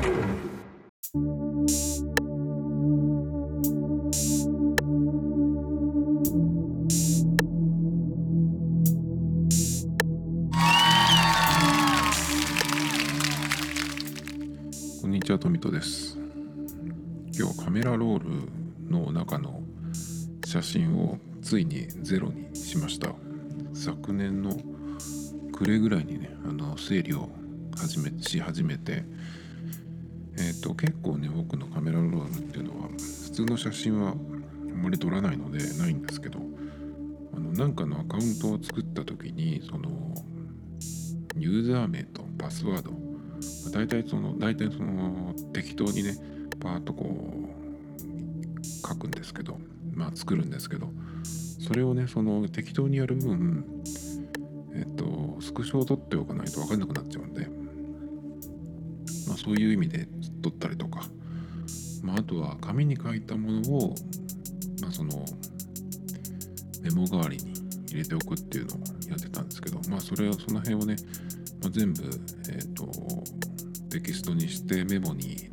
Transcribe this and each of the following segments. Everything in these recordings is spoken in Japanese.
こんにちは、トミトです。今日カメラロールの中の写真をついにゼロにしました。昨年の暮れぐらいにね、整理をし始めて、結構ね、僕のカメラロールっていうのは普通の写真はあんまり撮らないのでないんですけど、なんかのアカウントを作った時にそのユーザー名とパスワード、大体その適当にねパーッとこう書くんですけど、作るんですけど、それをねその適当にやる分スクショを取っておかないと分かんなくなっちゃうんで、そういう意味で撮ったりとか、あとは紙に書いたものをそのメモ代わりに入れておくっていうのをやってたんですけど、その辺をね、全部テキストにしてメモに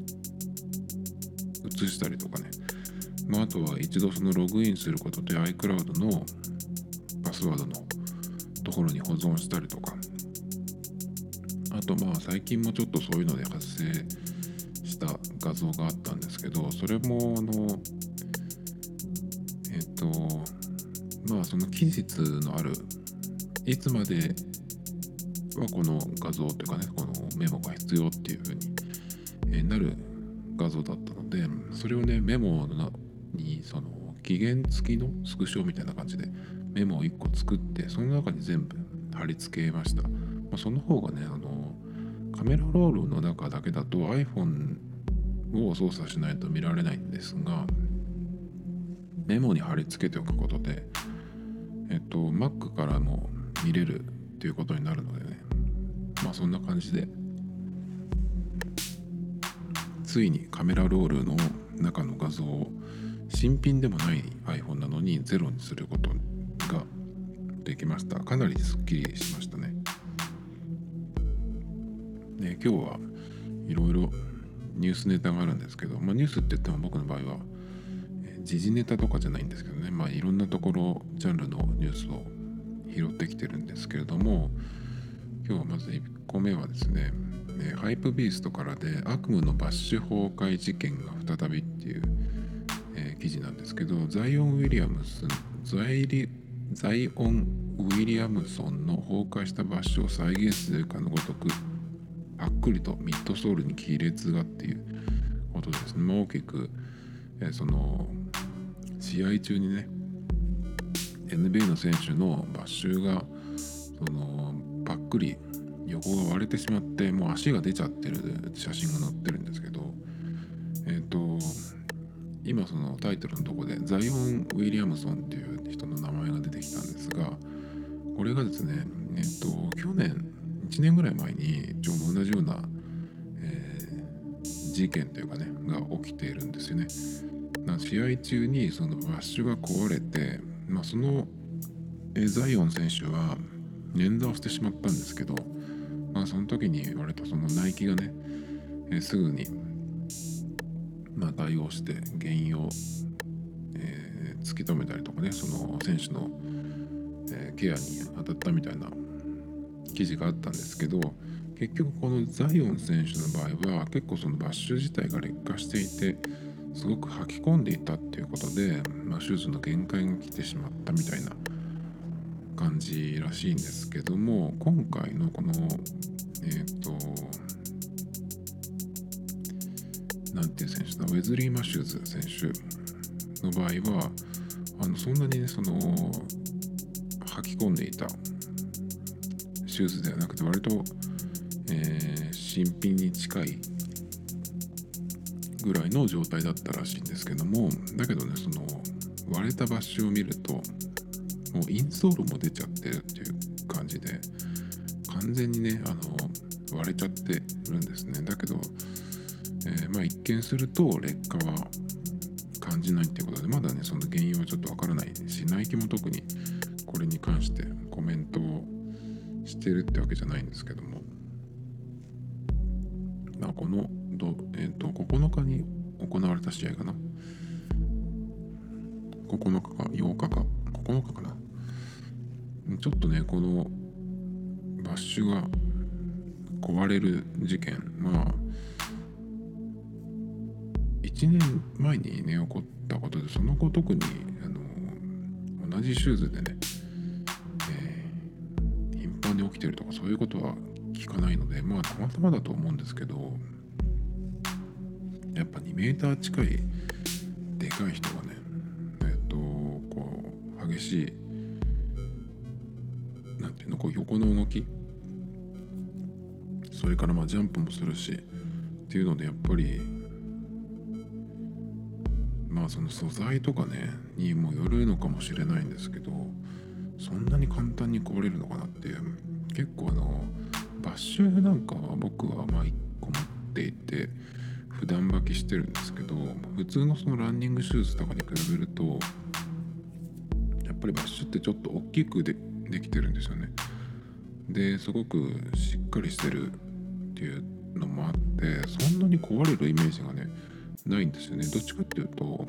移したりとかね、あとは一度そのログインすることで iCloud のパスワードのところに保存したりとか、あと最近もちょっとそういうので発生した画像があったんですけど、それもその期日のあるいつまではこの画像というかね、このメモが必要っていう風になる画像だったので、それをねメモにその期限付きのスクショみたいな感じでメモを1個作って、その中に全部貼り付けました。その方がねカメラロールの中だけだと iPhone を操作しないと見られないんですが、メモに貼り付けておくことでMac からも見れるっていうことになるのでね、そんな感じでついにカメラロールの中の画像を新品でもない iPhone なのにゼロにすることができました。かなりスッキリしましたね。で、今日はいろいろニュースネタがあるんですけど、ニュースって言っても僕の場合は時事ネタとかじゃないんですけどね、いろんなところジャンルのニュースを拾ってきてるんですけれども、今日はまず1個目はですね、ハイプビーストからで悪夢のバッシュ崩壊事件が再びっていう、記事なんですけど、ザイオン・ウィリアムソンの崩壊したバッシュを再現するかのごとくパックリとミッドソールに亀裂がっていうことですね。大きく、その試合中にね NBA の選手のバッシュがそのパックリ横が割れてしまって、もう足が出ちゃってる写真が載ってるんですけど、今そのタイトルのところでザイオン・ウィリアムソンっていう人の名前が出てきたんですが、これがですね、去年1年ぐらい前にちょうど同じような、事件というかねが起きているんですよね。試合中にそのバッシュが壊れて、そのザイオン選手は捻挫をしてしまったんですけど、その時に割とそのナイキがね、すぐに対応して原因を、突き止めたりとかね、その選手の、ケアに当たったみたいな記事があったんですけど、結局このザイオン選手の場合は結構そのバッシュ自体が劣化していてすごく吐き込んでいたっていうことで、手術の限界が来てしまったみたいな感じらしいんですけども、今回のこのなんていう選手だ、ウェズリー・マシューズ選手の場合はそんなにねその吐き込んでいた手術ではなくて割と、新品に近いぐらいの状態だったらしいんですけども、だけどねその割れたバッシュを見るともうインソールも出ちゃってるっていう感じで、完全にね割れちゃってるんですね。だけど、一見すると劣化は感じないっていうことで、まだねその原因はちょっとわからないし、ナイキも特にこれに関してコメントをしてるってわけじゃないんですけども、 この9日に行われた試合かな。9日か8日か9日かな。ちょっとね、このバッシュが壊れる事件、1年前にね起こったことで、その後特に同じシューズでね、頻繁に起きてるとかそういうことは聞かないので、たまたまだと思うんですけど、やっぱ2メーター近いでかい人がね、こう激しいなんていうの、こう横の動き、それからジャンプもするしっていうので、やっぱりその素材とかねにもよるのかもしれないんですけど、そんなに簡単に壊れるのかなっていう。結構バッシュなんかは僕は1個持っていて普段履きしてるんですけど、普通のそのランニングシューズとかに比べるとやっぱりバッシュってちょっと大きくできてるんですよね。ですごくしっかりしてるっていうのもあって、そんなに壊れるイメージがねないんですよね。どっちかっていうと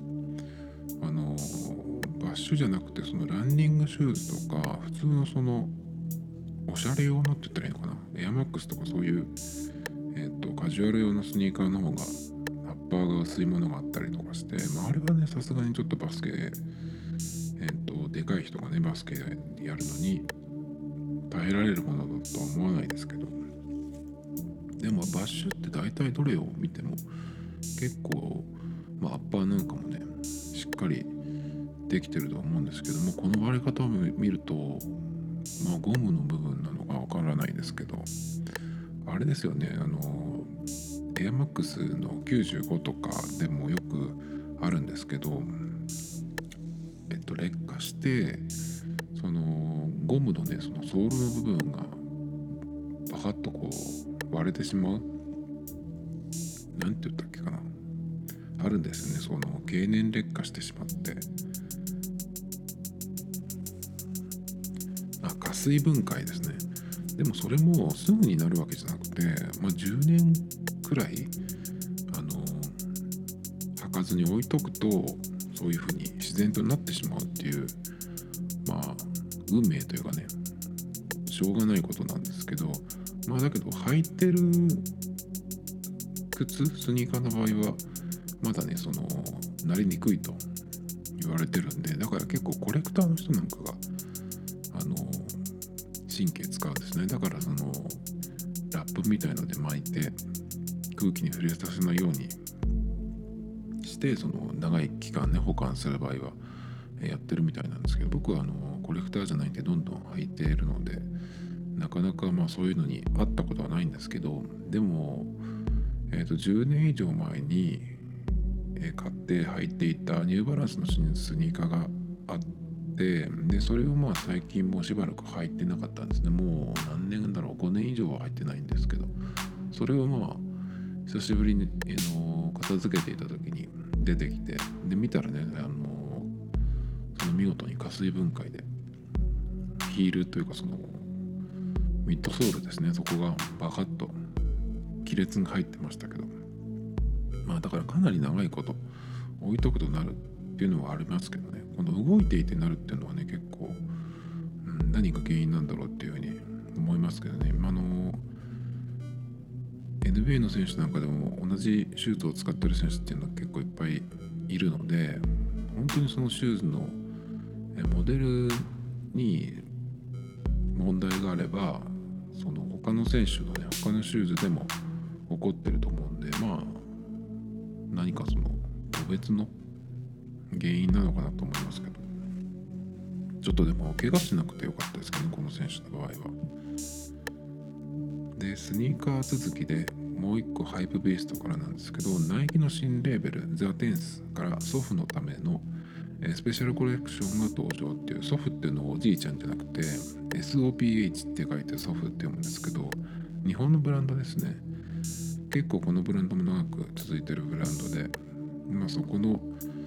バッシュじゃなくて、そのランニングシューズとか普通のそのおしゃれ用のって言ったらいいのかな、エアマックスとかそういう、カジュアル用のスニーカーの方がアッパーが薄いものがあったりとかして、あれはねさすがにちょっとバスケで、でかい人がねバスケでやるのに耐えられるものだとは思わないですけど、でもバッシュって大体どれを見ても結構、アッパーなんかもねしっかりできてると思うんですけども、この割れ方を見るとゴムの部分なのかわからないですけど、あれですよね、エアマックスの95とかでもよくあるんですけど、劣化してそのゴムのねそのソールの部分がパカッとこう割れてしまう、なんて言ったっけかな、あるんですよね。その経年劣化してしまって、加水分解ですね。でもそれもすぐになるわけじゃなくて、10年くらい履かずに置いとくとそういうふうに自然となってしまうっていう、運命というかね、しょうがないことなんですけど、だけど履いてる靴、スニーカーの場合はまだねそのなりにくいと言われてるんで、だから結構コレクターの人なんかが神経使うんですね。だからそのラップみたいので巻いて空気に触れさせないようにして、その長い期間ね保管する場合はやってるみたいなんですけど、僕はコレクターじゃないんでどんどん履いているので、なかなかそういうのに会ったことはないんですけど、でも、10年以上前に、買って履いていたニューバランスのスニーカーがあって、でそれを最近もうしばらく履いてなかったんですね。もう何年だろう、5年以上は履いてないんですけど、それを久しぶりに、片付けていた時に出てきて、で見たらねその見事に加水分解でヒールというかそのミッドソールですね、そこがバカッと亀裂が入ってましたけど、だからかなり長いこと置いとくとなるっていうのはありますけどね、この動いていてなるっていうのはね結構、何が原因なんだろうっていうふうに思いますけどね。NBA の選手なんかでも同じシューズを使ってる選手っていうのは結構いっぱいいるので、本当にそのシューズのモデルに問題があれば、その他の選手のね他のシューズでも起こってると思うんで、何かその個別の原因なのかなと思いますけど、ちょっとでも怪我しなくてよかったですけどね、この選手の場合は。でスニーカー続きでもう一個ハイプビーストからなんですけど、ナイキの新レーベルザ・テンスから祖父のためのスペシャルコレクションが登場っていう、祖父っていうのはおじいちゃんじゃなくて SOPH って書いて祖父って読むんですけど、日本のブランドですね。結構このブランドも長く続いてるブランドで、そこの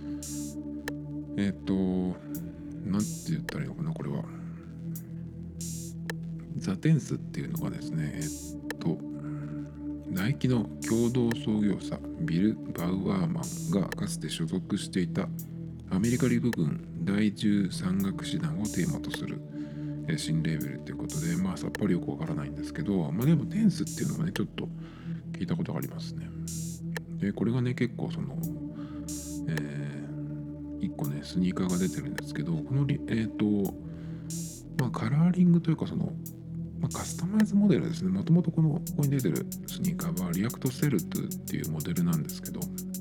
なんて言ったらいいのかな、これはザ・テンスっていうのがですね、 ナイキの共同創業者ビル・バウアーマンがかつて所属していたアメリカ陸軍第13学師団をテーマとする新レーベルということで、さっぱりよくわからないんですけど、でもテンスっていうのはねちょっと聞いたことがありますね。でこれがね結構その、1個ねスニーカーが出てるんですけど、このカラーリングというかその、カスタマイズモデルですね。もともとここに出てるスニーカーはリアクトセルトっていうモデルなんですけど、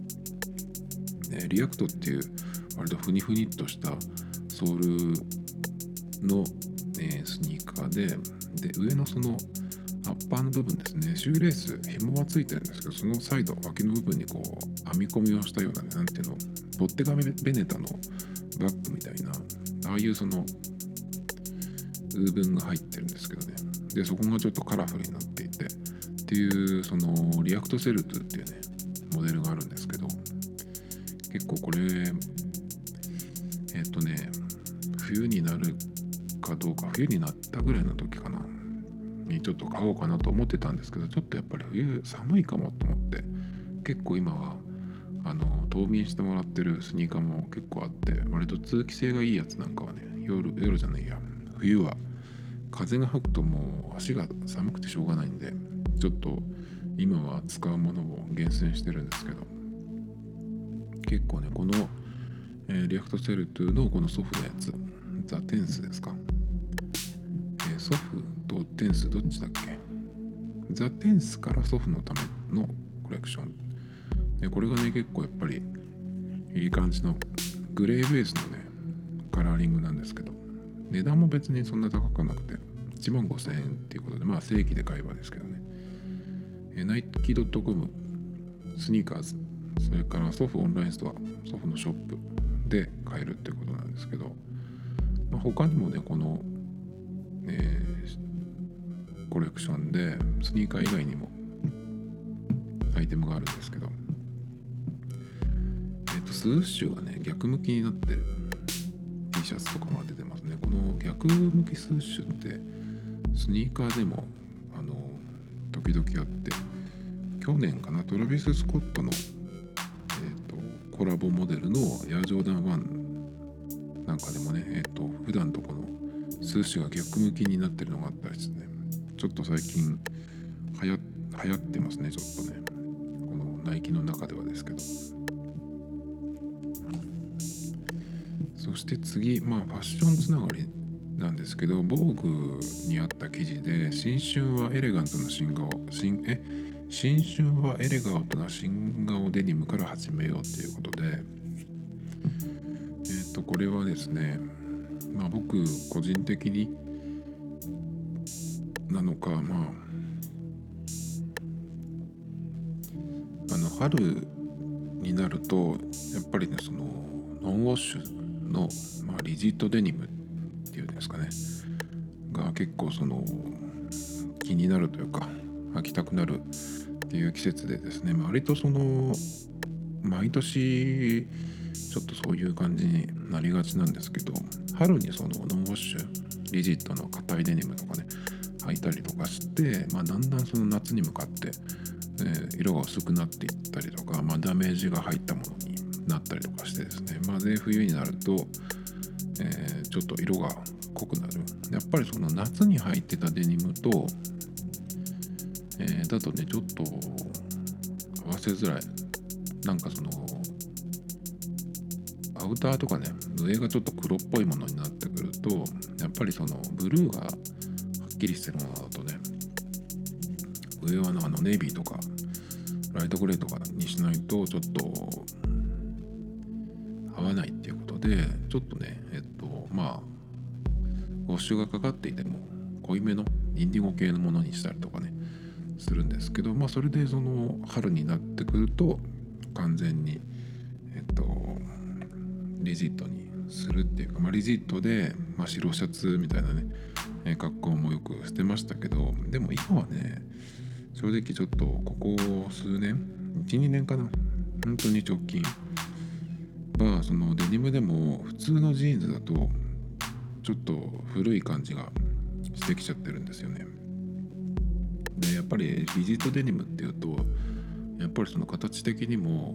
リアクトっていう割とフニフニっとしたソールの、スニーカーで上のそのアッパーの部分ですね、シューレース紐はついてるんですけど、そのサイド脇の部分にこう編み込みをしたようなね、なんていうの、ボッテガベネタのバッグみたいな、ああいうそのウーブンが入ってるんですけどね。でそこがちょっとカラフルになっていてっていうそのリアクトセルトっていうねモデルがあるんですけど、結構これ冬になるかどうか、冬になったぐらいの時かなにちょっと買おうかなと思ってたんですけど、ちょっとやっぱり冬寒いかもと思って、結構今は冬眠してもらってるスニーカーも結構あって、割と通気性がいいやつなんかはね、夜じゃないや冬は風が吹くともう足が寒くてしょうがないんで、ちょっと今は使うものを厳選してるんですけど、結構ねこの、リアクトセルトのこのソフのやつ、ザ・テンスですか、ソフとテンスどっちだっけ、ザ・テンスからソフのためのコレクションで、これがね結構やっぱりいい感じのグレーベースのねカラーリングなんですけど、値段も別にそんな高くなくて15,000円っていうことで、正規で買えばですけどね、ナイキ .com スニーカーズ、それからソフオンラインストア、ソフのショップで買えるっていうことなんですけど、他にもねこの、コレクションでスニーカー以外にもアイテムがあるんですけど、スウッシュがね逆向きになってる T シャツとかが出てますね。この逆向きスウッシュってスニーカーでも時々あって、去年かなトラビス・スコットの、コラボモデルのエアジョーダン1なんかでもね、普段とこのスウッシュが逆向きになってるのがあったりしてね、ちょっと最近流行ってますね。ちょっとねこのナイキの中ではですけど、そして次、ファッションつながりなんですけど、防具にあった記事で、新春はエレガントな新春はエレガントな新顔デニムから始めようということで、これはですね、僕個人的になのか、春になるとやっぱりねそのノンウォッシュの、リジットデニムっていうんですかねが結構その気になるというか履きたくなるっていう季節でですね、割とその毎年ちょっとそういう感じになりがちなんですけど、春にそのノンウォッシュリジットの硬いデニムとかね履いたりとかして、だんだんその夏に向かって、色が薄くなっていったりとか、ダメージが入ったものになったりとかしてですね、で冬になると、ちょっと色が濃くなる。やっぱりその夏に履いてたデニムと、だとねちょっと合わせづらい。なんかそのアウターとかね上がちょっと黒っぽいものになってくると、やっぱりそのブルーがはっきりしてるものだとね、上はネイビーとかライトグレーとかにしないとちょっと合わないっていうことで、ちょっとねウォッシュがかかっていても濃いめのインディゴ系のものにしたりとかねするんですけど、それでその春になってくると完全にリジットにするっていうか、リジットで、白シャツみたいなね、格好もよくしてましたけど、でも今はね正直ちょっとここ数年 1,2 年かな、本当に直近はそのデニムでも普通のジーンズだとちょっと古い感じがしてきちゃってるんですよね。 でやっぱりリジットデニムっていうとやっぱりその形的にも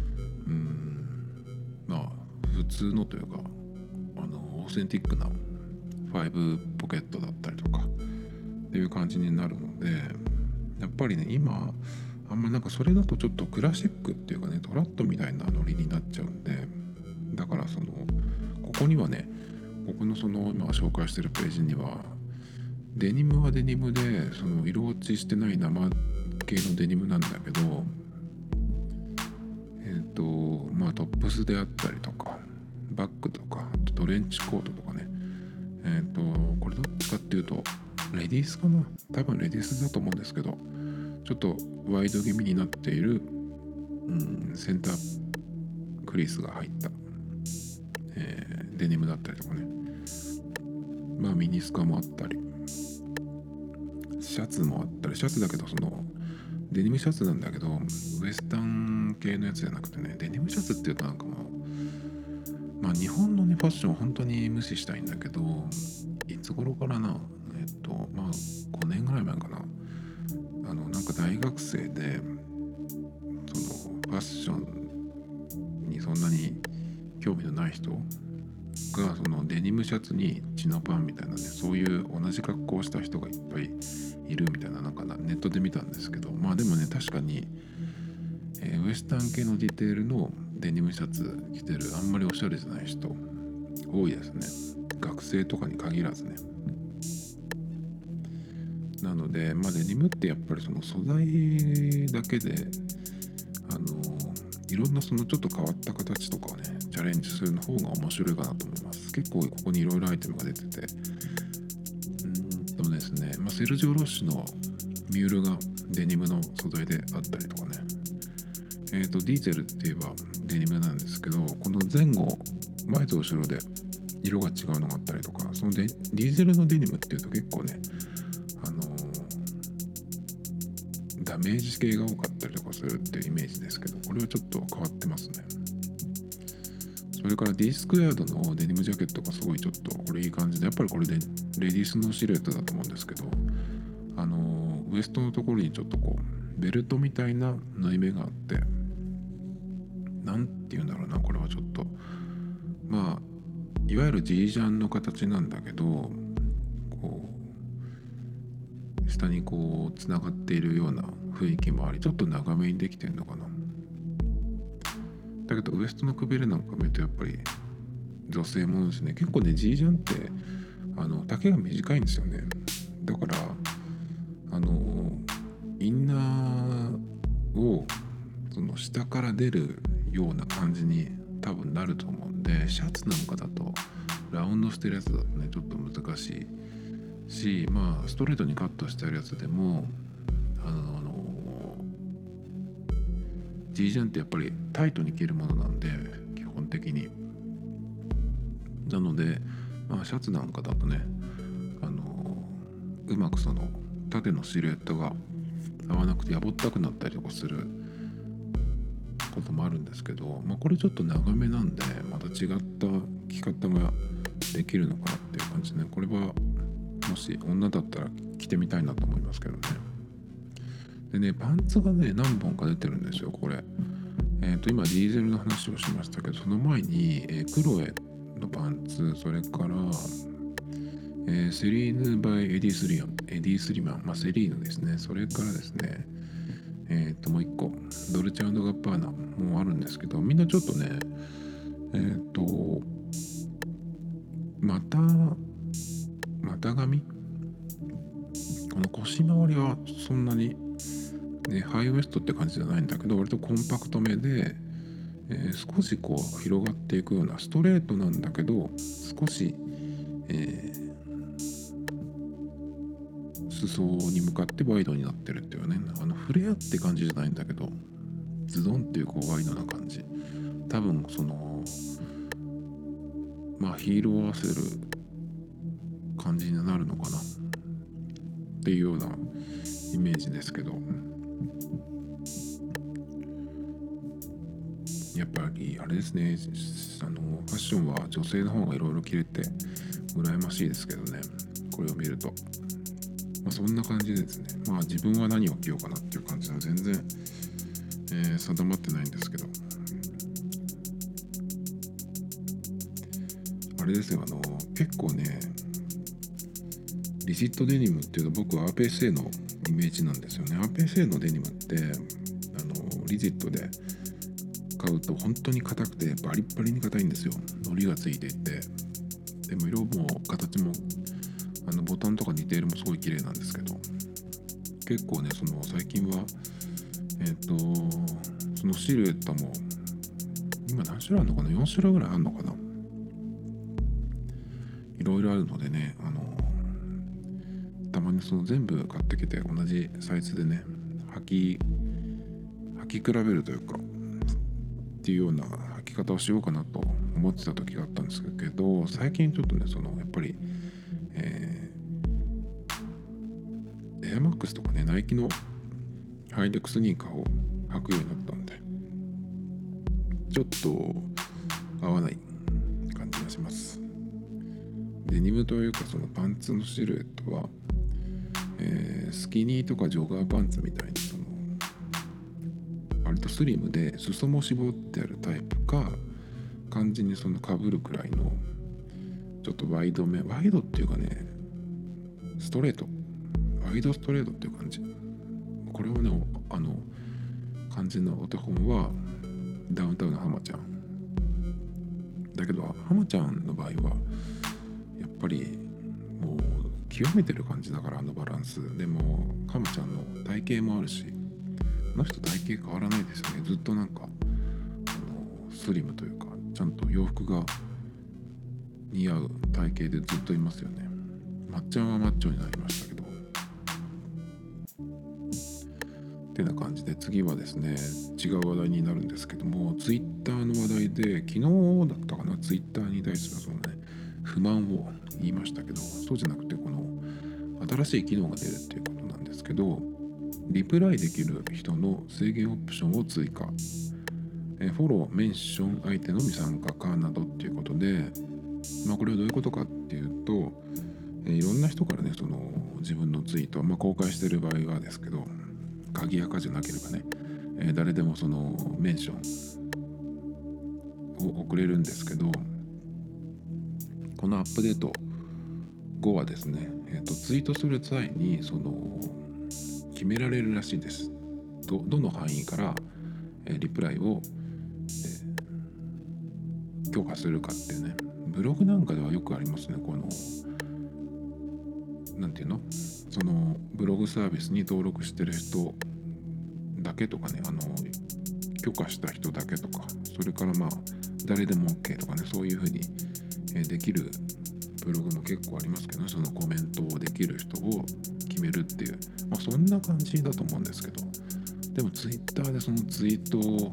まあ普通のというかオーセンティックな5ポケットだったりとかっていう感じになるので、やっぱりね今あんまなんかそれだとちょっとクラシックっていうかねトラットみたいなノリになっちゃうんで、だからそのここにはねここのその今紹介してるページにはデニムはデニムでその色落ちしてない生系のデニムなんだけどまあトップスであったりとかバッグとかあとトレンチコートとかねこれどっちかっていうとレディースかな、多分レディースだと思うんですけどちょっとワイド気味になっている、センタークリースが入った、デニムだったりとかね、まあミニスカもあったりシャツもあったり、シャツだけどそのデニムシャツなんだけどウエスタン系のやつじゃなくてね、デニムシャツっていうとなんかもうまあ日本のねファッションを本当に無視したいんだけど、いつ頃からなまあ5年ぐらい前かな、なんか大学生でそのファッションにそんなに興味のない人がそのデニムシャツにチノパンみたいなね、そういう同じ格好をした人がいっぱいいるみたいな、なんかネットで見たんですけど、まあでもね確かに、ウエスタン系のディテールのデニムシャツ着てるあんまりおしゃれじゃない人多いですね、学生とかに限らずね。なので、まあ、デニムってやっぱりその素材だけでいろんなそのちょっと変わった形とかをねチャレンジするの方が面白いかなと思います。結構ここにいろいろアイテムが出ててですね、まあ、セルジオ・ロッシュのミュールがデニムの素材であったりとかね、ディーゼルって言えばデニムなんですけど、この前後前と後ろで色が違うのがあったりとか、そのディーゼルのデニムっていうと結構ねダメージ系が多かったりとかするっていうイメージですけど、これはちょっと変わってますね。それから D スクエアードのデニムジャケットがすごいちょっとこれいい感じで、やっぱりこれでレディースのシルエットだと思うんですけど、ウエストのところにちょっとこうベルトみたいな縫い目があって、なんていうんだろうな、これはちょっとまあいわゆるジージャンの形なんだけど、こう下にこうつながっているような雰囲気もあり、ちょっと長めにできてるのかな。だけどウエストのくびれなんか見るとやっぱり女性ものですね。結構ねジージャンって丈が短いんですよね。だからインナーをその下から出るような感じに多分なると思うんで、シャツなんかだとラウンドしてるやつだとねちょっと難しいし、まあストレートにカットしてあるやつでもジージャンってやっぱりタイトに着るものなんで基本的に。なので、まあ、シャツなんかだとねうまくその縦のシルエットが合わなくてやぼったくなったりとかすることもあるんですけど、まあ、これちょっと長めなんでまた違った着方ができるのかなっていう感じでね、これはもし女だったら着てみたいなと思いますけどね。でね、パンツがね何本か出てるんですよこれ。今ディーゼルの話をしましたけど、その前に、クロエのパンツ、それから、セリーヌ・バイ・エディ・スリマン、まあ、セリーヌですね。それからですね、もう一個ドルチェ&ガッパーナもあるんですけど、みんなちょっとね股上この腰回りはそんなに、ハイウエストって感じじゃないんだけど、割とコンパクトめで、少しこう広がっていくようなストレートなんだけど少し、裾に向かってワイドになってるっていうね、フレアって感じじゃないんだけどズドンっていうこうワイドな感じ、多分そのまあヒールを合わせる感じになるのかなっていうようなイメージですけど、やっぱりあれですね、ファッションは女性の方がいろいろ着れて羨ましいですけどね、これを見ると。 そんな感じでですね、自分は何を着ようかなっていう感じは全然、定まってないんですけど、あれですよ、結構ね、リジットデニムっていうと僕は RPSA のイメージなんですよね。RPSA のデニムってリジットで買うと本当に硬くてバリッバリに硬いんですよ。糊がついていて、でも色も形もボタンとかディテールもすごい綺麗なんですけど、結構ね最近はそのシルエットも今何種類あるのかな、4種類ぐらいあるのかな、いろいろあるのでね、たまに全部買ってきて同じサイズでね履き比べるというかっていうような履き方をしようかなと思ってた時があったんですけど、最近ちょっとねやっぱり、エアマックスとかねナイキのハイテクスニーカーを履くようになったんで、ちょっと合わない感じがします。デニムというかパンツのシルエットは、スキニーとかジョガーパンツみたいに割とスリムで裾も絞ってあるタイプか、完全にかぶるくらいのちょっとワイドっていうかね、ストレート、ワイドストレートっていう感じ。これをね肝心なお手本はダウンタウンの浜ちゃんだけど、浜ちゃんの場合はやっぱりもう極めてる感じだから、バランスでも浜ちゃんの体型もあるし、あの人体型変わらないですよね。ずっとスリムというかちゃんと洋服が似合う体型でずっといますよね。まっちゃんはマッチョになりましたけどってな感じで、次はですね違う話題になるんですけども、ツイッターの話題で、昨日だったかな、ツイッターに対する不満を言いましたけど、そうじゃなくて新しい機能が出るっていうことなんですけど、リプライできる人の制限オプションを追加、フォロー、メンション相手のみ参加かなどっていうことで、これはどういうことかっていうと、いろんな人からね自分のツイート、公開している場合はですけど、鍵垢じゃなければね、誰でもメンションを送れるんですけど、このアップデート後はですね、ツイートする際に決められるらしいです。どの範囲から、リプライを、許可するかっていうね。ブログなんかではよくありますね。なんていうの、ブログサービスに登録してる人だけとかね、許可した人だけとか、それから誰でも OK とかね、そういうふうに、できるブログも結構ありますけど、コメントをできる人を決めるっていう、そんな感じだと思うんですけど、でもツイッターでツイートを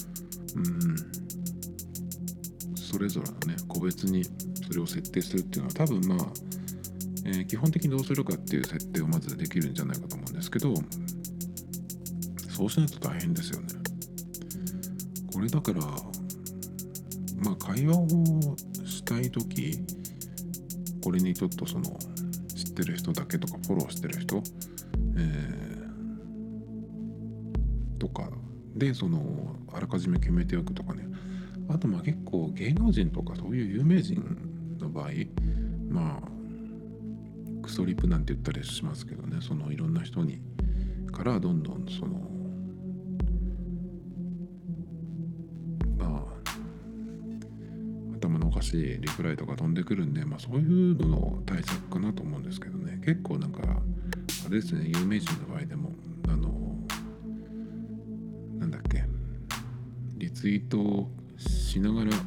それぞれのね個別にそれを設定するっていうのは多分基本的にどうするかっていう設定をまずできるんじゃないかと思うんですけど、そうしないと大変ですよね。これだから会話をしたいとき、これにちょっと知ってる人だけとかフォローしてる人、とかであらかじめ決めておくとかね。あと結構芸能人とかそういう有名人の場合、クソリプなんて言ったりしますけどね、いろんな人にからどんどん頭のおかしいリプライとか飛んでくるんで、そういうのの対策かなと思うんですけどね。結構あれですね、有名人の場合でもなんだっけ、リツイートをしながら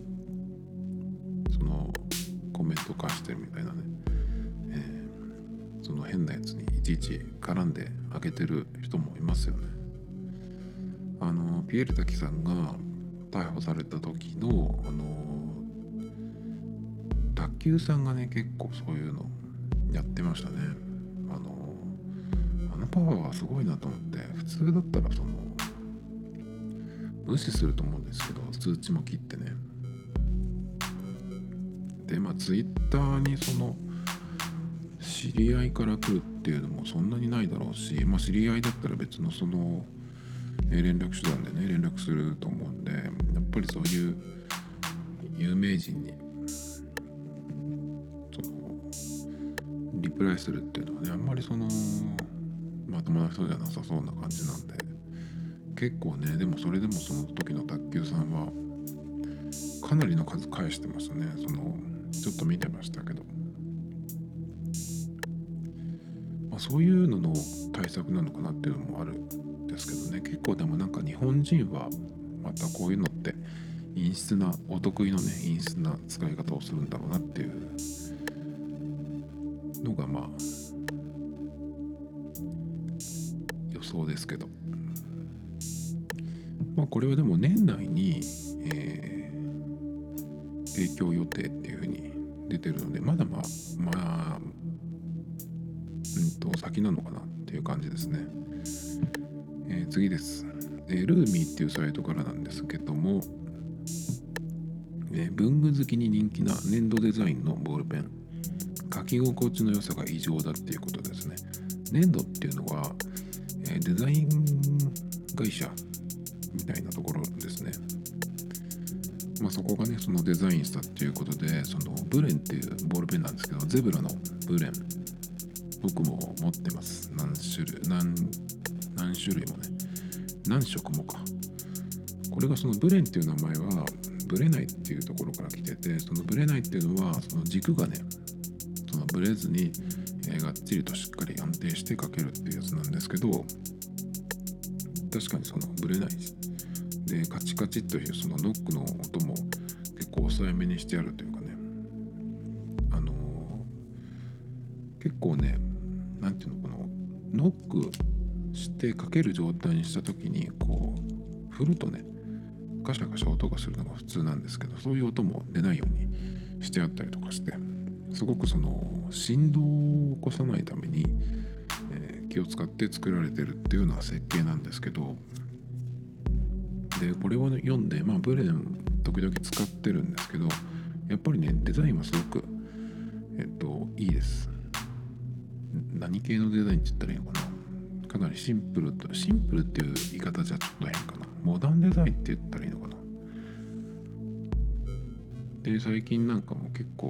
コメント化してるみたいなね、変なやつにいちいち絡んであげてる人もいますよね。ピエール滝さんが逮捕された時の卓球さんがね結構そういうのやってましたね。あのパワーはすごいなと思って、普通だったら無視すると思うんですけど、通知も切ってね。でツイッターに知り合いから来るっっていうのもそんなにないだろうし、知り合いだったら別のその連絡手段でね連絡すると思うんで、やっぱりそういう有名人にそのリプライするっていうのはね、あんまりそのまともな人じゃなさそうな感じなんで、結構ね、でもそれでもその時の卓球さんはかなりの数返してますね。ちょっと見てましたけど、そういうのの対策なのかなっていうのもあるんですけどね。結構でもなんか日本人はまたこういうのってお得意のね陰湿な使い方をするんだろうなっていうのが予想ですけど、これはでも年内に、提供予定っていうふうに出てるので、まだ先なのかなっていう感じですね。次です。ルーミーっていうサイトからなんですけども、文具好きに人気な粘土デザインのボールペン、書き心地の良さが異常だっていうことですね。粘土っていうのは、デザイン会社みたいなところですね。そこがねそのデザインしたっていうことで、そのブレンっていうボールペンなんですけど、ゼブラのブレン僕も持ってます。何種類もね、何色もか。これがそのブレンっていう名前はブレないっていうところから来てて、そのブレないっていうのはその軸がねそのブレずに、がっちりとしっかり安定して書けるっていうやつなんですけど、確かにそのブレないで、カチカチというそのノックの音も結構抑えめにしてあるというかね、結構ね、なんていうの、このノックしてかける状態にした時にこう振るとねカシャカシャ音がするのが普通なんですけど、そういう音も出ないようにしてあったりとかして、すごくその振動を起こさないために、気を使って作られてるっていうような設計なんですけど、でこれを読んで、ブレン時々使ってるんですけど、やっぱりねデザインはすごくいいです。何系のデザインって言ったらいいのかな。かなりシンプルっていう言い方じゃちょっと変かな。モダンデザインって言ったらいいのかな。で最近なんかも結構、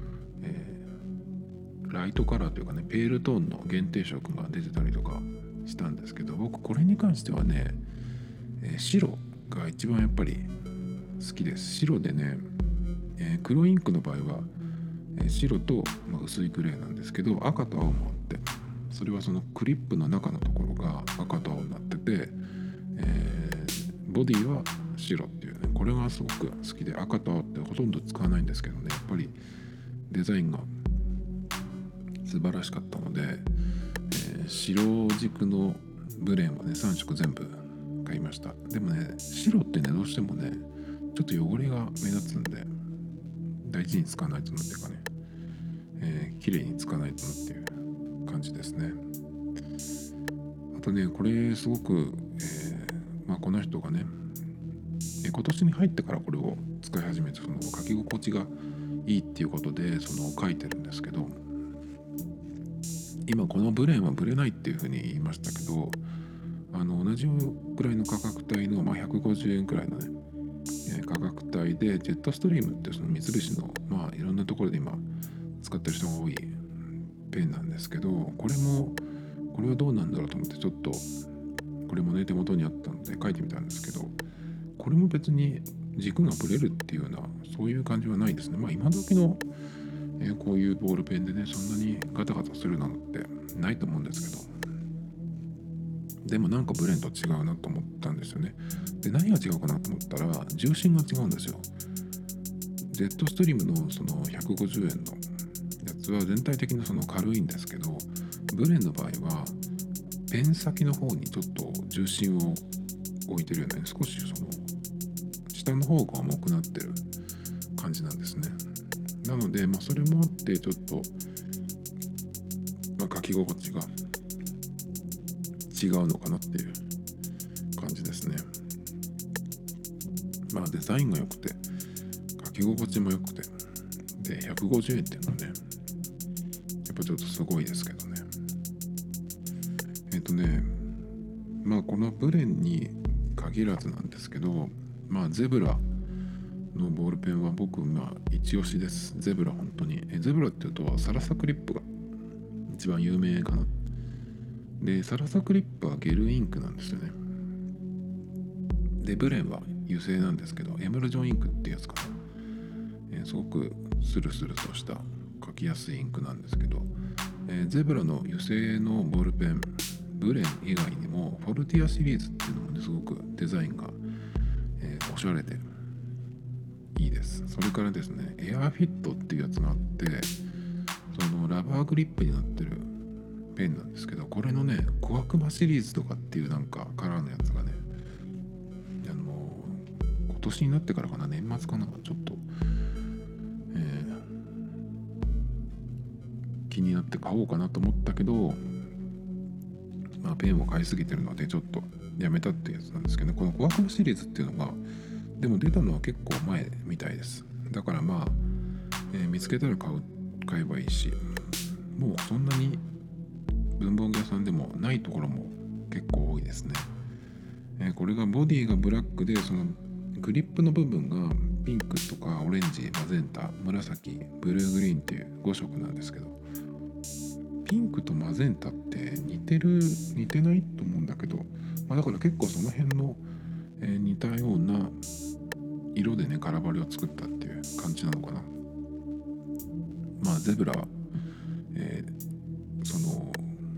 ライトカラーというかね、ペールトーンの限定色が出てたりとかしたんですけど、僕これに関してはね、白が一番やっぱり好きです。白でね、黒インクの場合は、白と、薄いグレーなんですけど、赤と青もあって、それはそのクリップの中のところが赤と青になってて、ボディは白っていうね、これがすごく好きで、赤と青ってほとんど使わないんですけどね、やっぱりデザインが素晴らしかったので、白軸のブレーンはね3色全部買いました。でもね、白ってねどうしてもねちょっと汚れが目立つんで大事に使わないとなっていうかね、綺麗に使わないとなっていう感じですね。あとね、これすごく、この人がね、今年に入ってからこれを使い始めて、その書き心地がいいっていうことでその書いてるんですけど、今このブレーンはブレないっていうふうに言いましたけど、同じくらいの価格帯の、150円くらいのね、価格帯でジェットストリームってその三菱のいろんなところで今使ってる人が多いペンなんですけど、これはどうなんだろうと思ってちょっとこれもね手元にあったので書いてみたんですけど、これも別に軸がブレるっていうようなそういう感じはないですね。今時のこういうボールペンでねそんなにガタガタするなんてないと思うんですけど、でもなんかブレンと違うなと思ったんですよね。で何が違うかなと思ったら重心が違うんですよ。ジェットストリームのその150円のやつは全体的にその軽いんですけど、ブレンの場合はペン先の方にちょっと重心を置いてるような、少しその下の方が重くなってる感じなんですね。なので、それもあってちょっと、書き心地が違うのかなっていう感じですね。デザインが良くて書き心地も良くてで150円っていうのはねやっぱちょっとすごいですけどね。 このブレンに限らずなんですけど、ゼブラのボールペンは僕一押しです。ゼブラ本当に。ゼブラっていうとサラサクリップが一番有名かな。で、サラサクリップはゲルインクなんですよね。で、ブレンは油性なんですけど、エムルジョンインクってやつかな。すごくスルスルとした書きやすいインクなんですけど、ゼブラの油性のボールペン、ブレン以外にもフォルティアシリーズっていうのもね、すごくデザインが、おしゃれでいいです。それからですね、エアーフィットっていうやつがあって、そのラバーグリップになってるペンなんですけど、これのね、小悪魔シリーズとかっていうなんかカラーのやつがね、今年になってからかな、年末かな、ちょっと、気になって買おうかなと思ったけど、ペンを買いすぎてるのでちょっとやめたっていうやつなんですけど、この小悪魔シリーズっていうのがでも出たのは結構前みたいです。だから見つけたら買えばいいし、もうそんなに文房具屋さんでもないところも結構多いですね。これがボディがブラックで、そのグリップの部分がピンクとかオレンジ、マゼンタ、紫、ブルーグリーンっていう5色なんですけど、ピンクとマゼンタって似てないと思うんだけど、だから結構その辺の、似たような色でね、カラバリを作ったっていう感じなのかな。ゼブラは、その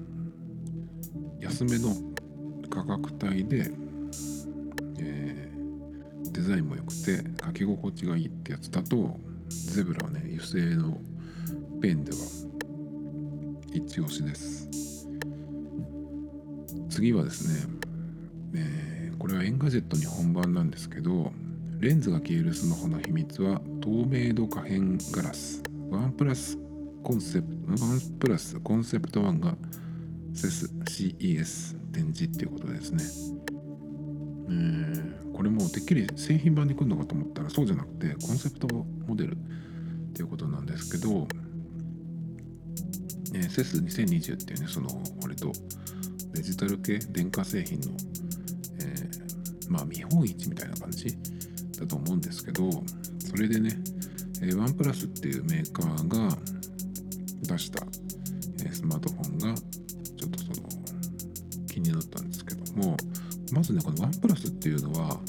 安めの価格帯で、デザインも良くて書き心地がいいってやつだと、ゼブラはね、油性のペンでは一押しです。次はですね、これはエンガジェット日本版なんですけど、レンズが消えるスマホの秘密は透明度可変ガラス。ワンプラスコンセプト1が CES 展示っていうことですね。これもてっきり製品版に来るのかと思ったらそうじゃなくてコンセプトモデルっていうことなんですけど、CES2020 っていうね、その割とデジタル系電化製品の、見本市みたいな感じだと思うんですけど、それでね、ワンプラスっていうメーカーが出した、スマートフォンがちょっとその気になったんですけども、まずね、このワンプラスっていうのは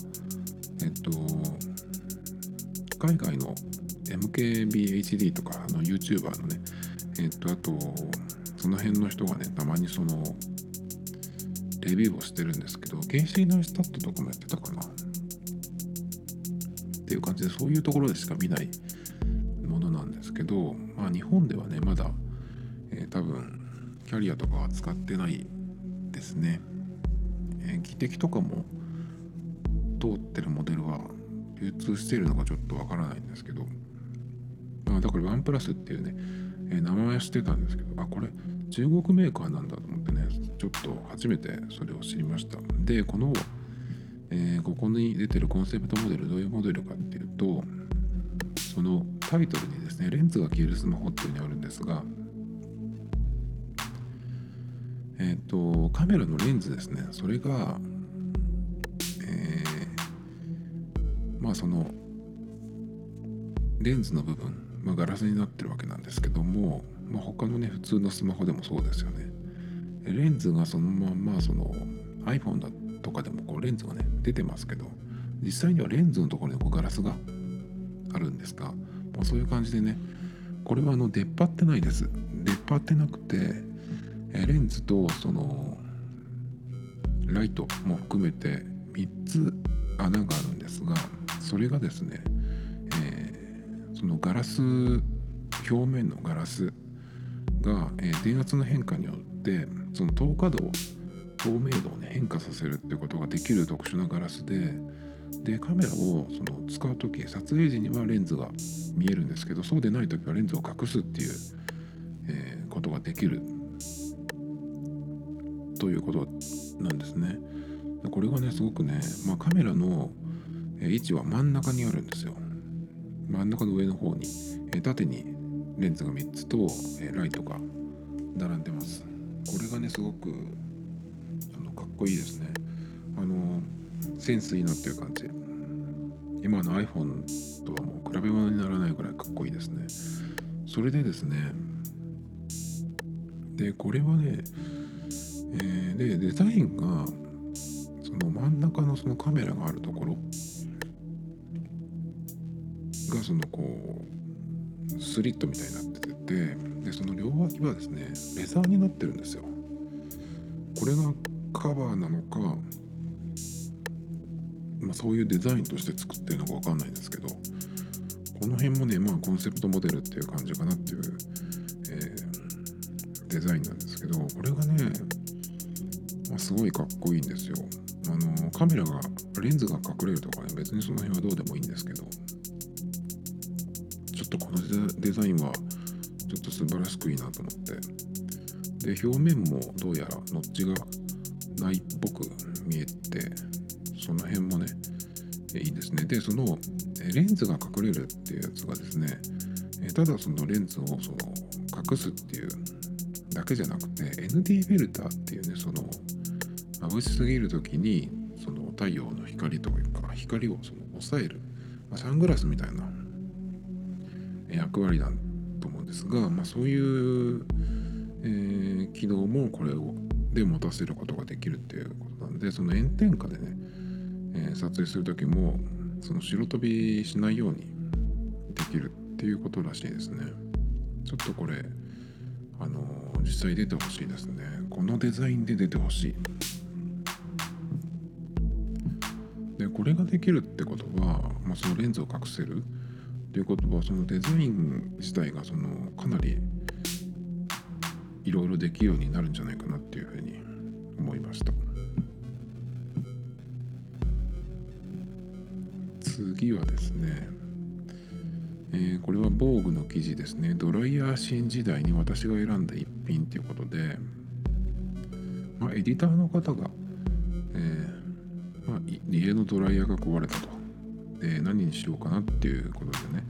海外の MKBHD とかYouTuber のね、あとその辺の人がね、たまにそのレビューをしてるんですけど、ケイシー・ナイスタットとかもやってたかなっていう感じで、そういうところでしか見ないものなんですけど、日本ではね、まだ、多分キャリアとかは使ってないですね。技適とかも通ってるモデルは流通しているのかちょっとわからないんですけど、だからワンプラスっていうね、名前は知ってたんですけど、これ中国メーカーなんだと思ってね、ちょっと初めてそれを知りました。で、ここに出てるコンセプトモデル、どういうモデルかっていうと、そのタイトルにですね、レンズが消えるスマホっていうのがあるんですが、カメラのレンズですね、それが、そのレンズの部分、ガラスになってるわけなんですけども、他のね、普通のスマホでもそうですよね。レンズがそのままその iPhone だとかでもレンズがね出てますけど、実際にはレンズのところにガラスがあるんですが、そういう感じでね、これは出っ張ってないです。出っ張ってなくて、レンズとそのライトも含めて3つ穴があるんですが、それがですね、そのガラス表面のガラスが、電圧の変化によってその透明度を、ね、変化させるっていうことができる特殊なガラスで、カメラをその使う時、撮影時にはレンズが見えるんですけど、そうでない時はレンズを隠すっていう、ことができるということなんですね。これがね、すごくね、カメラの位置は真ん中にあるんですよ。真ん中の上の方に、縦にレンズが3つと、ライトが並んでます。これがね、すごくかっこいいですね。センスいいなっていう感じ。今の iPhone とはもう比べ物にならないくらいかっこいいですね。それでですね、でこれはね、でデザインがその真ん中のそのカメラがあるところがそのこうスリットみたいになってて、でその両脇はですねレザーになってるんですよ。これがカバーなのか、そういうデザインとして作ってるのかわかんないんですけど、この辺もねコンセプトモデルっていう感じかなっていう、デザインなんですけど、これがね、すごいかっこいいんですよ。カメラがレンズが隠れるとかね、別にその辺はどうでもいいんですけど、ちょっとこのデザインはちょっと素晴らしくいいなと思って、で表面もどうやらノッチがないっぽく見えて、その辺もねいいですね。でそのレンズが隠れるっていうやつがですね、ただそのレンズをその隠すっていうだけじゃなくて ND フィルターっていうね、その眩しすぎる時にその太陽の光というか光をその抑える、サングラスみたいな役割だと思うんですが、そういう、機能もこれをで持たせることができるっていうことなんで、その炎天下でね、撮影する時もその白飛びしないようにできるっていうことらしいですね。ちょっとこれ実際出てほしいですね。このデザインで出てほしい。でこれができるってことは、そのレンズを隠せるっていうことは、そのデザイン自体がそのかなりいろいろできるようになるんじゃないかなっていうふうに思いました。次はですね、これは防具の記事ですね。ドライヤー新時代に私が選んだ一品ということで、エディターの方が、家のドライヤーが壊れたと。で何にしようかなっていうことでね、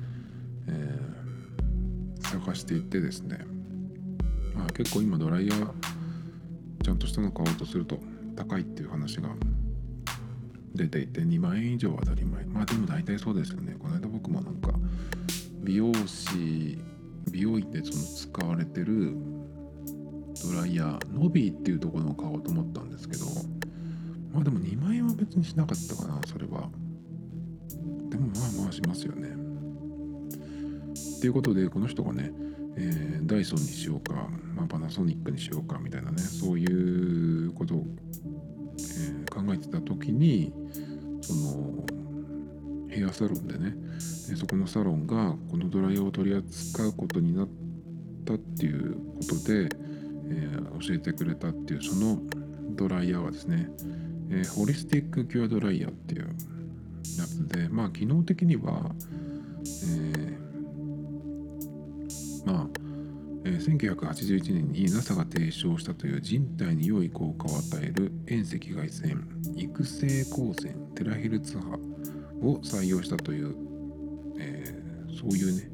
探していってですね、結構今ドライヤーちゃんとしたの買おうとすると高いっていう話が出ていて、2万円以上は当たり前。でも大体そうですよね。この間僕もなんか美容院でその使われてるドライヤーノビーっていうところを買おうと思ったんですけど、でも2万円は別にしなかったかな。それはでもしますよね。っていうことでこの人がね、ダイソンにしようか、パナソニックにしようかみたいなね、そういうことを、考えてた時に、そのヘアサロンでね、そこのサロンがこのドライヤーを取り扱うことになったっていうことで、教えてくれたっていう、そのドライヤーはですね、ホリスティックキュアドライヤーっていうやつで、機能的には、1981年に NASA が提唱したという人体に良い効果を与える遠赤外線育成光線テラヘルツ波を採用したという、そういうね、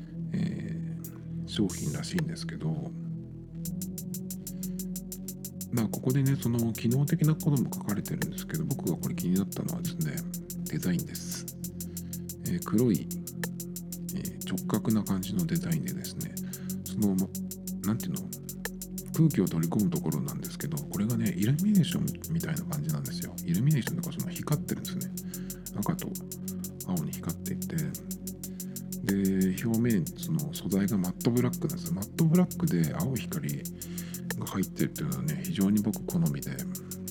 商品らしいんですけど、ここでね、その機能的なことも書かれてるんですけど、僕がこれ気になったのはですね、デザインです。黒い、直角な感じのデザインでですね、そのなんていうの、空気を取り込むところなんですけど、これがねイルミネーションみたいな感じなんですよ。イルミネーションとかその光ってるんですね。赤と青に光っていて、で表面その素材がマットブラックなんですよ。マットブラックで青い光が入ってるっていうのはね、非常に僕好みで、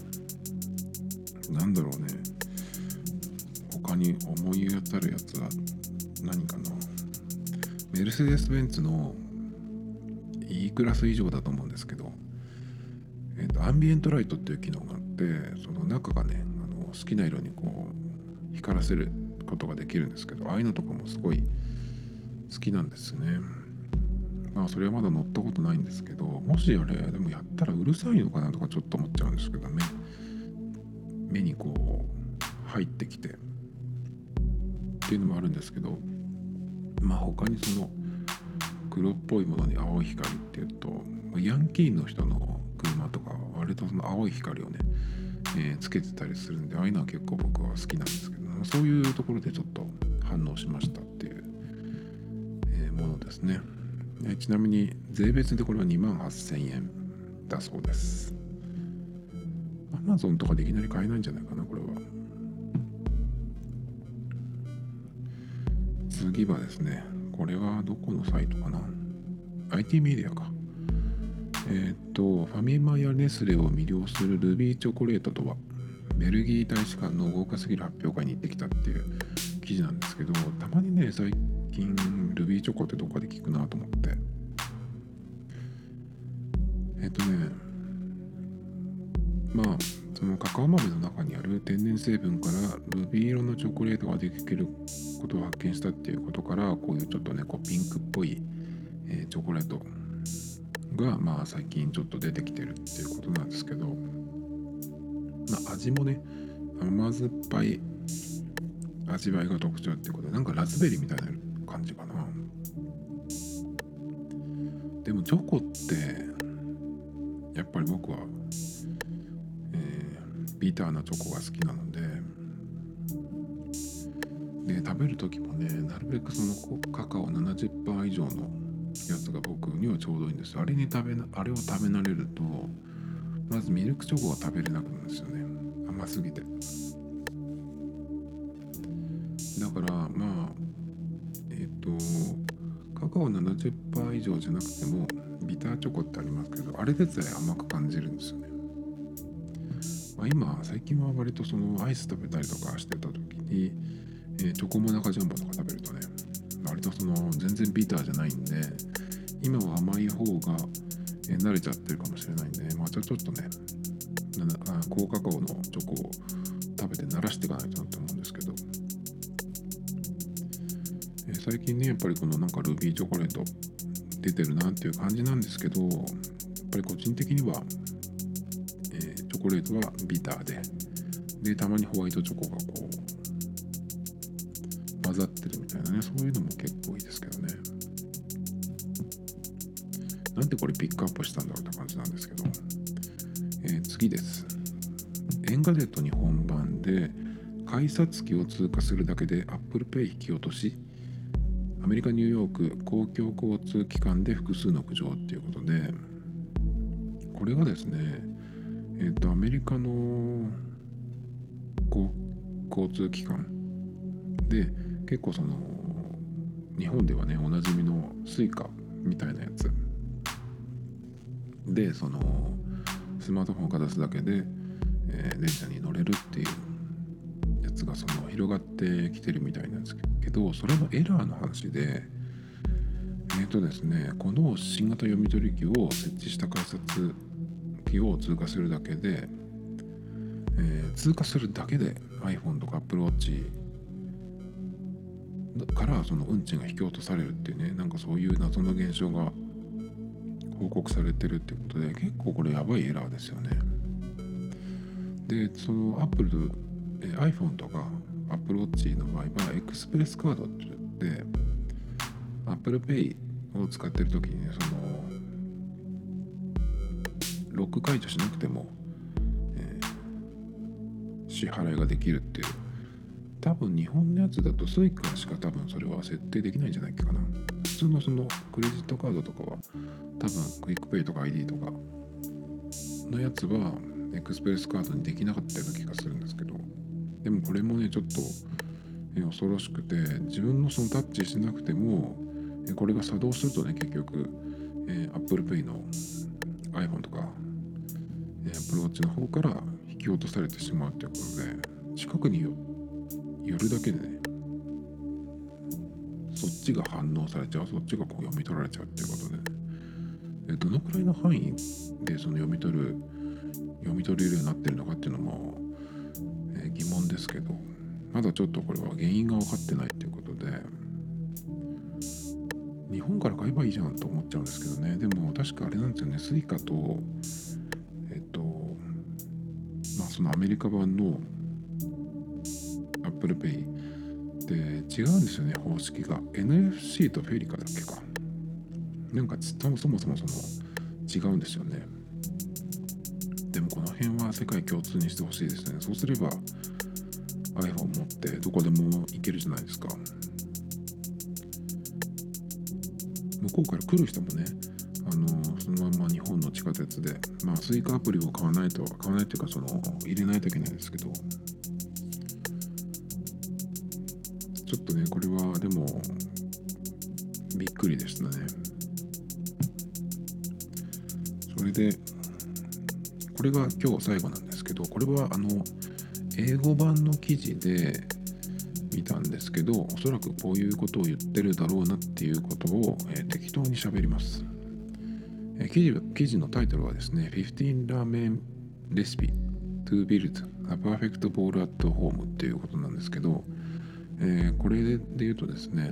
なんだろうね、他に思い当たるやつは何かな。メルセデス・ベンツの E クラス以上だと思うんですけど、アンビエントライトっていう機能があって、その中がね好きな色にこう光らせることができるんですけど、ああいうのとかもすごい好きなんですね。それはまだ乗ったことないんですけど、もしあれでもやったらうるさいのかなとかちょっと思っちゃうんですけどね。目にこう入ってきてっていうのもあるんですけど、他にその黒っぽいものに青い光っていうと、ヤンキーの人の車とかあ割とその青い光をね、つけてたりするんで、ああいうのは結構僕は好きなんですけど、そういうところでちょっと反応しましたっていう、ものですね。ちなみに税別でこれは28,000円だそうです。Amazon とかでいきなり買えないんじゃないかな、これは。次はですね、これはどこのサイトかな、 IT メディアか。ファミマやネスレを魅了するルビーチョコレートとは、ベルギー大使館の豪華すぎる発表会に行ってきたっていう記事なんですけど、たまにね、最近ルビーチョコってどっかで聞くなと思って。まあそのカカオ豆の中にある天然成分からルビー色のチョコレートができることを発見したっていうことから、こういうちょっとねこうピンクっぽい、チョコレートがまあ最近ちょっと出てきてるっていうことなんですけど、味もね甘酸っぱい味わいが特徴っていうことで、なんかラズベリーみたいな感じかな。でもチョコってやっぱり僕は、ビターなチョコが好きなので、食べる時もね、なるべくそのカカオ 70% 以上のやつが僕にはちょうどいいんですよ。あれを食べ慣れると、まずミルクチョコが食べれなくなるんですよね、甘すぎて。だからカカオ 70% 以上じゃなくてもビターチョコってありますけど、あれでさえ甘く感じるんですよね。最近は割とそのアイス食べたりとかしてた時に、チョコモナカジャンボとか食べるとね、割とその全然ビターじゃないんで、今は甘い方が、慣れちゃってるかもしれないんで、ちょっとね高カカオのチョコを食べて慣らしていかないとなと思うんですけど、最近ねやっぱりこのなんかルビーチョコレート出てるなっていう感じなんですけど、やっぱり個人的には、チョコレートはビターでたまにホワイトチョコがこう混ざってるみたいなね、そういうのも結構いいですけどね。なんでこれピックアップしたんだろうって感じなんですけど、次です。エンガジェット日本版で改札機を通過するだけで Apple Pay 引き落とし、アメリカ・ニューヨーク公共交通機関で複数の苦情っていうことで、これがですね、アメリカの交通機関で結構その日本ではねおなじみのスイカみたいなやつで、そのスマートフォンをかざすだけで、電車に乗れるっていうやつがその広がってきてるみたいなんですけど、それのエラーの話で、ですね、この新型読み取り機を設置した改札機を通過するだけで、通過するだけで iPhone とか Apple Watch からその運賃が引き落とされるっていうね、なんかそういう謎の現象が報告されてるっていうことで、結構これやばいエラーですよね。で、その iPhone とか Apple Watch の場合はエクスプレスカードって言って Apple Pay を使ってる時にね、そのロック解除しなくても、支払いができるっていう、多分日本のやつだとスイカしか多分それは設定できないんじゃないかな。普通のそのクレジットカードとかは多分クイックペイとか ID とかのやつはエクスプレスカードにできなかったような気がするんですけど、でもこれもねちょっと、恐ろしくて、自分のそのタッチしなくても、これが作動するとね結局、Apple Pay の iPhone とか、Apple Watch の方から引き落とされてしまうということで、近くに寄るだけでねそっちが反応されちゃう、そっちがこう読み取られちゃうっていうことで、どのくらいの範囲でその読み取れるようになってるのかっていうのも、疑問ですけど、まだちょっとこれは原因が分かってないっていうことで、日本から買えばいいじゃんと思っちゃうんですけどね。でも確かあれなんですよね、スイカとそのアメリカ版の Apple Pay で違うんですよね、方式が。 NFC とフェリカだっけかなんかそもそも違うんですよね。でもこの辺は世界共通にしてほしいですね。そうすれば iPhone 持ってどこでも行けるじゃないですか。向こうから来る人もね、そのまま日本の地下鉄で、スイカアプリを買わないというか、入れないといけないんですけど、ちょっとね、これはでもびっくりでしたね。それでこれが今日最後なんですけど、これは英語版の記事で見たんですけど、おそらくこういうことを言ってるだろうなっていうことを、適当に喋ります。記事のタイトルはですね、15 Ramen Recipe to Build a Perfect Bowl at Home っていうことなんですけど、これで言うとですね、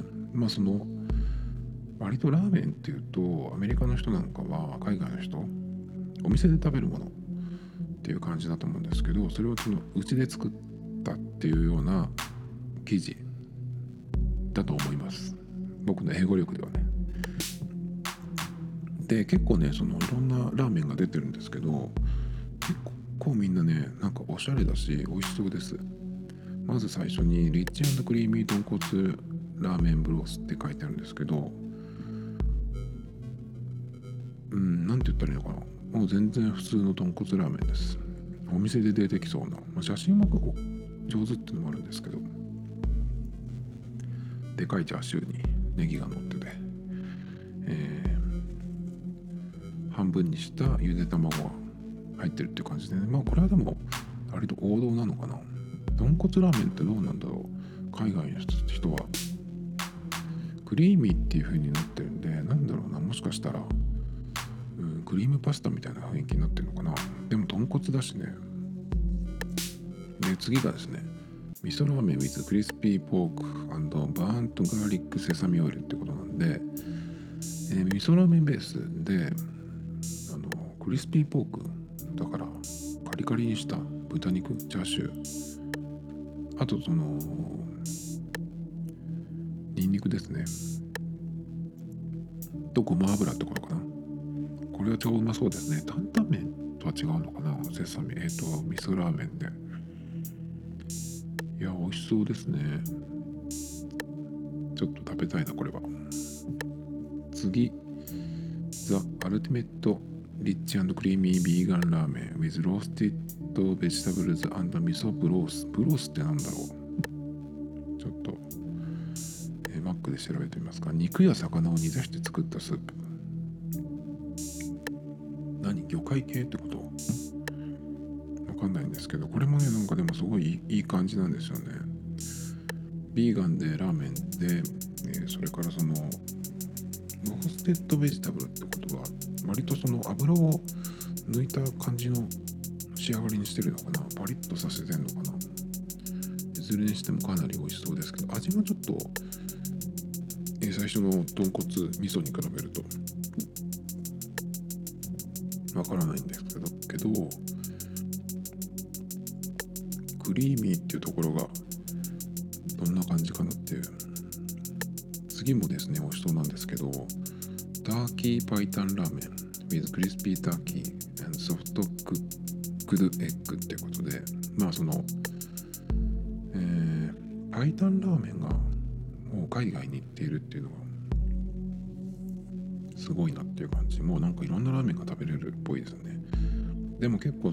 割とラーメンっていうとアメリカの人なんかは、海外の人、お店で食べるものっていう感じだと思うんですけど、それをうちで作ったっていうような記事だと思います。僕の英語力ではね。で、結構ね、いろんなラーメンが出てるんですけど、結構みんなね、なんかおしゃれだし美味しそうです。まず最初にリッチ&クリーミー豚骨ラーメンブロースって書いてあるんですけど、なんて言ったらいいのかな、もう全然普通の豚骨ラーメンです。お店で出てきそうな、写真も上手っていうのもあるんですけど、でかいチャーシューにネギが乗ってて、半分にしたゆで卵が入ってるっていう感じでね。これはでも割と王道なのかな。豚骨ラーメンってどうなんだろう。海外の人はクリーミーっていう風になってるんで、なんだろうな、もしかしたらクリームパスタみたいな雰囲気になってるのかな。でも豚骨だしね。で、次がですね、味噌ラーメン with crispy pork and burnt garlic sesame oil ってことなんで、味噌ラーメンベースでクリスピーポークだからカリカリにした豚肉、チャーシュー、あとニンニクですねとごま油ってことかな。これは超うまそうですね。担々麺とは違うのかな。セサミ味噌ラーメンで、いや美味しそうですね。ちょっと食べたいなこれは。次、ザ・アルティメットリッチ&クリーミービーガンラーメン with roasted vegetables and 味噌ブロース。ブロースってなんだろう。ちょっと、マックで調べてみますか。肉や魚を煮出して作ったスープ。魚介系ってこと？わかんないんですけど、これもね、なんかでもすごいいい感じなんですよね。ビーガンでラーメンで、それからローステッドベジタブルってことは割と油を抜いた感じの仕上がりにしてるのかな。パリッとさせてんのかな。いずれにしてもかなり美味しそうですけど、味もちょっと、最初の豚骨味噌に比べるとわからないんですけど、クリーミーっていうところがどんな感じかなっていう。次もですね美味しそうなんですけど、ターキーパイタンラーメン with crispy turkey and soft cooked egg ってことで、パイタンラーメンがもう海外に行っているっていうのがすごいなっていう感じ。もうなんかいろんなラーメンが食べれるっぽいですよね。でも結構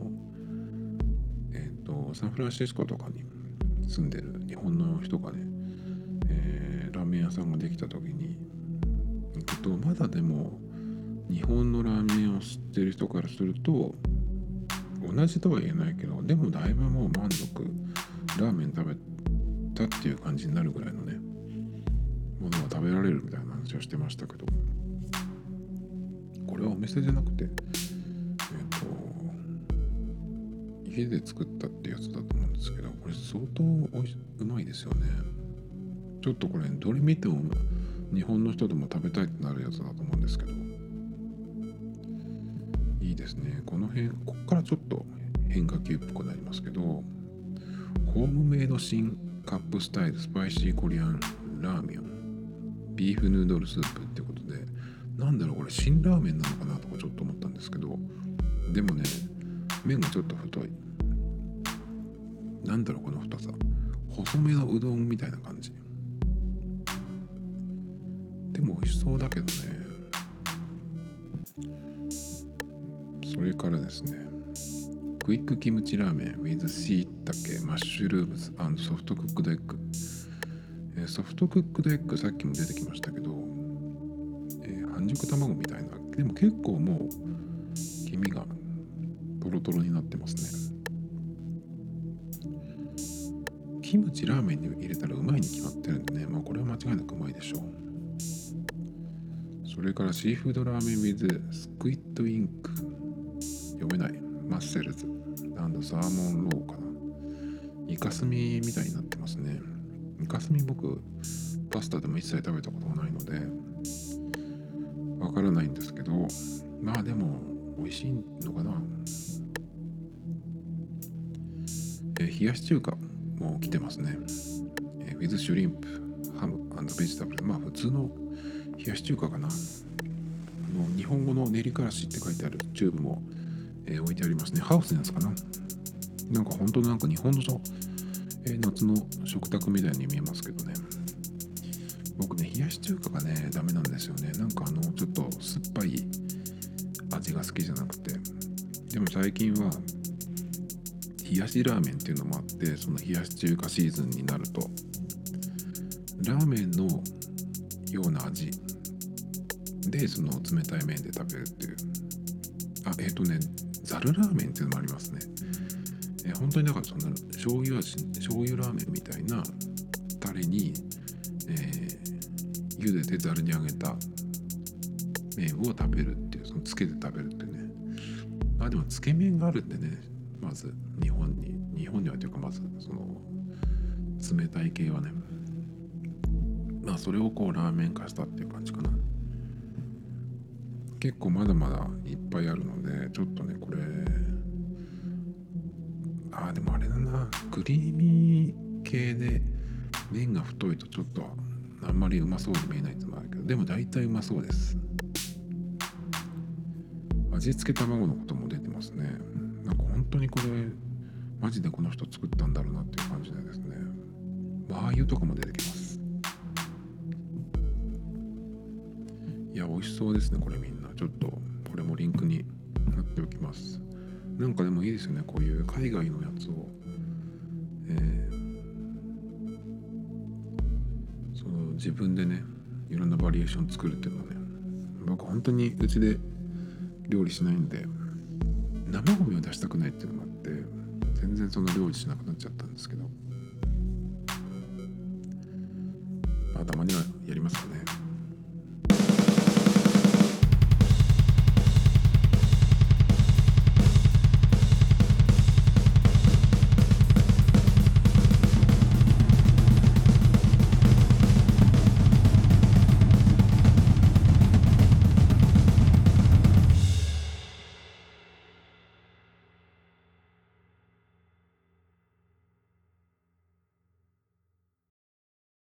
サンフランシスコとかに住んでる日本の人がね、ラーメン屋さんができた時に行くと、まだでも日本のラーメンを知ってる人からすると同じとは言えないけど、でもだいぶもう満足、ラーメン食べたっていう感じになるぐらいのねものが食べられるみたいな話をしてましたけど、これはお店じゃなくて家で作ったってやつだと思うんですけど、これ相当うまいですよね。ちょっとこれどれ見ても日本の人でも食べたいってなるやつだと思うんですけど、いいですね。こっからちょっと変化球っぽくなりますけど、ホームメイド新カップスタイルスパイシーコリアンラーメンビーフヌードルスープってことで、なんだろうこれ新ラーメンなのかなとかちょっと思ったんですけど、でもね麺がちょっと太い。なんだろうこの太さ。細めのうどんみたいな感じ。でも美味しそうだけどね。それからですね、クイックキムチラーメン with しいたけマッシュルームズ&ソフトクックドエッグ。ソフトクックドエッグさっきも出てきましたけど、半熟卵みたいな。でも結構もう黄身がトロトロになってますね。キムチラーメンに入れたらうまいに決まってるんでね、まあこれは間違いなくうまいでしょう。それからシーフードラーメン with スクイッドインク、読めない、マッセルズ&サーモンローかな。イカスミみたいになってますね。イカスミ僕パスタでも一切食べたことがないのでわからないんですけど、まあでも美味しいのかな。冷やし中華も来てますね。with シュリンプハム&ベジタブル。まあ普通の冷やし中華かな。日本語の練りからしって書いてあるチューブも、置いてありますね。ハウスのやつかな。なんか本当なんか日本の、夏の食卓みたいに見えますけどね。僕ね、冷やし中華がねダメなんですよね。なんかちょっと酸っぱい味が好きじゃなくて、でも最近は冷やしラーメンっていうのもあって、その冷やし中華シーズンになるとラーメンのような味でその冷たい麺で食べるっていう。ざるラーメンっていうのもありますね。本当にだからそんな醤油ラーメンみたいなタレに、茹でてざるに揚げた麺を食べるっていう、そのつけて食べるっていうね。まあでもつけ麺があるんでね、まず日本にはというか、まずその冷たい系はね、まあそれをこうラーメン化したっていう感じかな。結構まだまだいっぱいあるので、ちょっとねこれでもあれだな、クリーミー系で麺が太いとちょっとあんまりうまそうに見えないってのもあるけど、でも大体うまそうです。味付け卵のことも出てますね。なんか本当にこれマジでこの人作ったんだろうなっていう感じでですね、マー油とかも出てきます。いや美味しそうですね。これみんなちょっとこれもリンクに貼っておきます。なんかでもいいですよね、こういう海外のやつを、その自分でねいろんなバリエーション作るっていうのはね、僕本当にうちで料理しないんで生ゴミを出したくないっていうのもあって、全然その料理しなくなっちゃったんですけど、まあたまにはやりますかね。